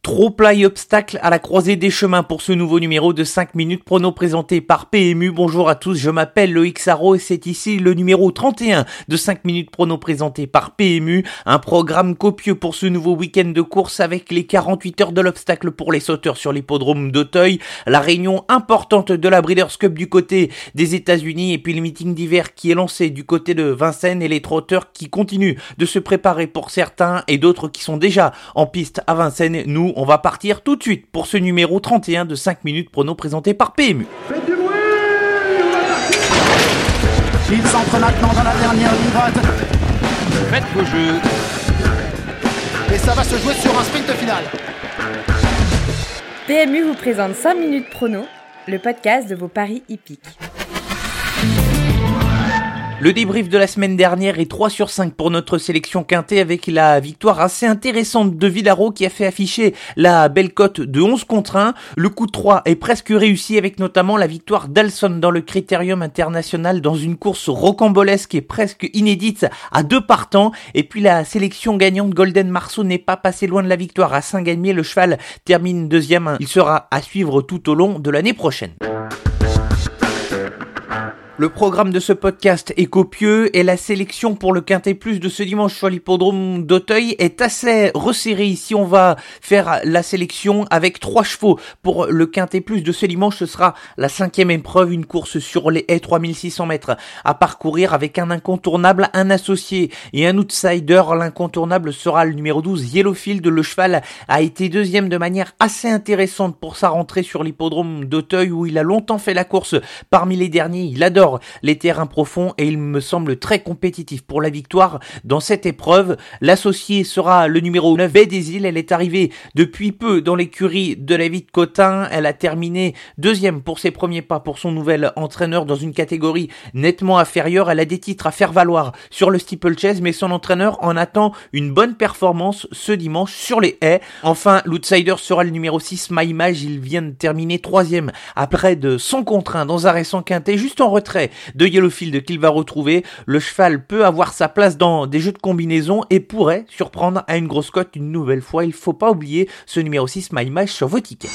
Trop plat et obstacles à la croisée des chemins pour ce nouveau numéro de 5 minutes prono présenté par PMU. Bonjour à tous, je m'appelle Loïc Sarro et c'est ici le numéro 31 de 5 minutes prono présenté par PMU. Un programme copieux pour ce nouveau week-end de course avec les 48 heures de l'obstacle pour les sauteurs sur l'hippodrome d'Auteuil, la réunion importante de la Breeders' Cup du côté des États-Unis et puis le meeting d'hiver qui est lancé du côté de Vincennes et les trotteurs qui continuent de se préparer pour certains et d'autres qui sont déjà en piste à Vincennes. Nous, on va partir tout de suite pour ce numéro 31 de 5 minutes prono présenté par PMU. Faites du bruit, on va partir. Il s'entre maintenant dans la dernière ligne droite. Faites vos jeux. Et ça va se jouer sur un sprint final. PMU vous présente 5 minutes prono, le podcast de vos paris hippiques. Le débrief de la semaine dernière est 3 sur 5 pour notre sélection quintée avec la victoire assez intéressante de Villaro qui a fait afficher la belle cote de 11 contre 1. Le coup de 3 est presque réussi avec notamment la victoire d'Alson dans le Critérium International dans une course rocambolesque et presque inédite à 2 partants. Et puis la sélection gagnante Golden Marceau n'est pas passée loin de la victoire à Saint-Galmier. Le cheval termine deuxième. Il sera à suivre tout au long de l'année prochaine. Le programme de ce podcast est copieux et la sélection pour le Quintet Plus de ce dimanche sur l'hippodrome d'Auteuil est assez resserrée. Ici, on va faire la sélection avec 3 chevaux. Pour le Quintet Plus de ce dimanche, ce sera la 5e épreuve, une course sur les haies 3600 mètres à parcourir avec un incontournable, un associé et un outsider. L'incontournable sera le numéro 12, Yellowfield. Le cheval a été deuxième de manière assez intéressante pour sa rentrée sur l'hippodrome d'Auteuil où il a longtemps fait la course parmi les derniers. Il adore les terrains profonds et il me semble très compétitif pour la victoire dans cette épreuve. L'associé sera le numéro 9, Baie des Îles. Elle est arrivée depuis peu dans l'écurie de David Cotin. Elle a terminé deuxième pour ses premiers pas pour son nouvel entraîneur dans une catégorie nettement inférieure. Elle a des titres à faire valoir sur le steeplechase, mais son entraîneur en attend une bonne performance ce dimanche sur les haies. Enfin, l'outsider sera le numéro 6, My Image. Il vient de terminer troisième après de 100 contre 1 dans un récent quintet, juste en retrait de Yellowfield qu'il va retrouver. Le cheval peut avoir sa place dans des jeux de combinaison et pourrait surprendre à une grosse cote une nouvelle fois. Il faut pas oublier ce numéro 6, My Image, sur vos tickets.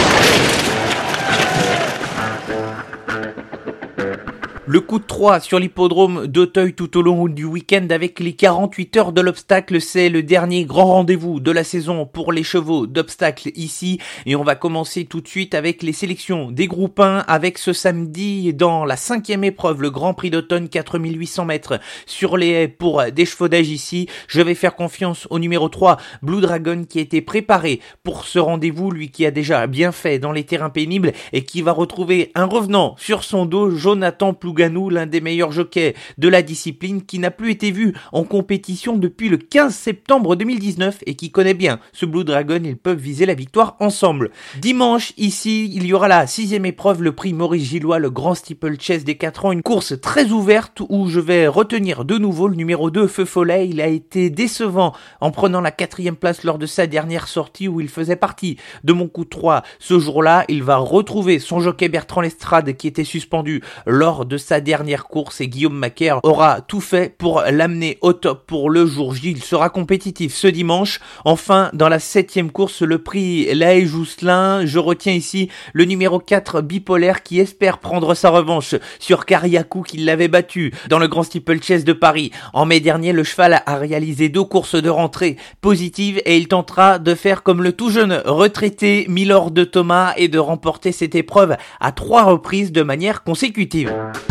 Le coup de 3 sur l'hippodrome d'Auteuil tout au long du week-end avec les 48 heures de l'obstacle. C'est le dernier grand rendez-vous de la saison pour les chevaux d'obstacle ici. Et on va commencer tout de suite avec les sélections des groupes 1 avec ce samedi dans la 5e épreuve, le Grand Prix d'automne 4800 mètres sur les haies pour des chevaux d'âge ici. Je vais faire confiance au numéro 3, Blue Dragon, qui a été préparé pour ce rendez-vous, lui qui a déjà bien fait dans les terrains pénibles et qui va retrouver un revenant sur son dos, Jonathan Plouganou, l'un des meilleurs jockeys de la discipline qui n'a plus été vu en compétition depuis le 15 septembre 2019 et qui connaît bien ce Blue Dragon. Ils peuvent viser la victoire ensemble. Dimanche, ici, il y aura la 6e épreuve, le prix Maurice Gillois, le grand steeplechase des 4 ans, une course très ouverte où je vais retenir de nouveau le numéro 2, Feu Follet. Il a été décevant en prenant la 4e place lors de sa dernière sortie où il faisait partie de mon coup de 3. Ce jour-là, il va retrouver son jockey Bertrand Lestrade qui était suspendu lors de sa dernière course et Guillaume Macaire aura tout fait pour l'amener au top pour le jour J. Il sera compétitif ce dimanche. Enfin, dans la 7e course, le prix La Haye-Jousselin, je retiens ici le numéro 4, Bipolaire, qui espère prendre sa revanche sur Kariakou qui l'avait battu dans le grand steeplechase de Paris. En mai dernier, le cheval a réalisé 2 courses de rentrée positives et il tentera de faire comme le tout jeune retraité Milord de Thomas et de remporter cette épreuve à 3 reprises de manière consécutive.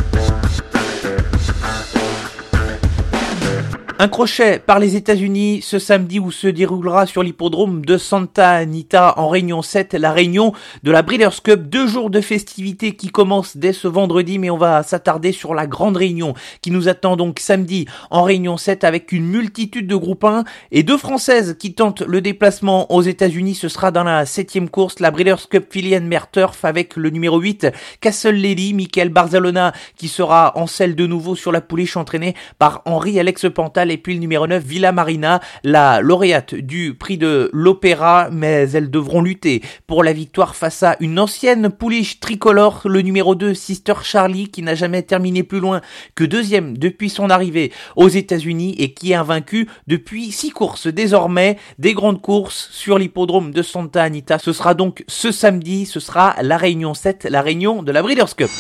Un crochet par les États-Unis ce samedi où se déroulera sur l'hippodrome de Santa Anita en Réunion 7, la réunion de la Breeders' Cup. 2 jours de festivités qui commencent dès ce vendredi, mais on va s'attarder sur la grande réunion qui nous attend donc samedi en Réunion 7 avec une multitude de groupes 1 et 2 Françaises qui tentent le déplacement aux États-Unis. Ce sera dans la 7e course, la Breeders' Cup Filly and Mare Turf avec le numéro 8, Castle Lady, Michael Barzalona qui sera en selle de nouveau sur la pouliche entraînée par Henri-Alex Pantal et puis le numéro 9 Villa Marina, la lauréate du prix de l'Opéra, mais elles devront lutter pour la victoire face à une ancienne pouliche tricolore, le numéro 2 Sister Charlie, qui n'a jamais terminé plus loin que deuxième depuis son arrivée aux États-Unis et qui est invaincu depuis 6 courses désormais, des grandes courses sur l'hippodrome de Santa Anita. Ce sera donc ce samedi, ce sera la réunion 7, la réunion de la Breeders' Cup.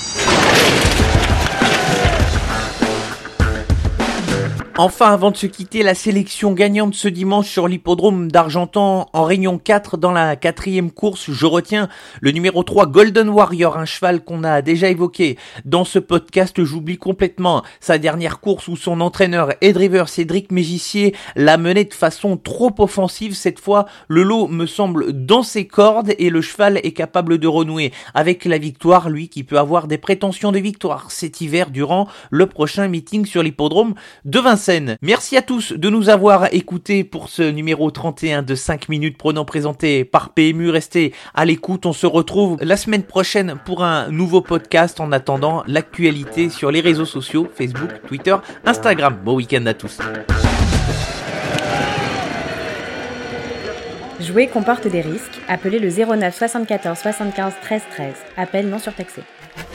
Enfin, avant de se quitter, la sélection gagnante ce dimanche sur l'hippodrome d'Argentan en Réunion 4 dans la 4e course. Je retiens le numéro 3 Golden Warrior, un cheval qu'on a déjà évoqué dans ce podcast. J'oublie complètement sa dernière course où son entraîneur et driver Cédric Mégissier l'a mené de façon trop offensive. Cette fois, le lot me semble dans ses cordes et le cheval est capable de renouer avec la victoire, lui qui peut avoir des prétentions de victoire cet hiver durant le prochain meeting sur l'hippodrome de Vincennes. Merci à tous de nous avoir écoutés pour ce numéro 31 de 5 minutes prono présenté par PMU. Restez à l'écoute, on se retrouve la semaine prochaine pour un nouveau podcast. En attendant, l'actualité sur les réseaux sociaux, Facebook, Twitter, Instagram. Bon week-end à tous. Jouer comporte des risques. Appelez le 09 74 75 13 13. Appel non surtaxé.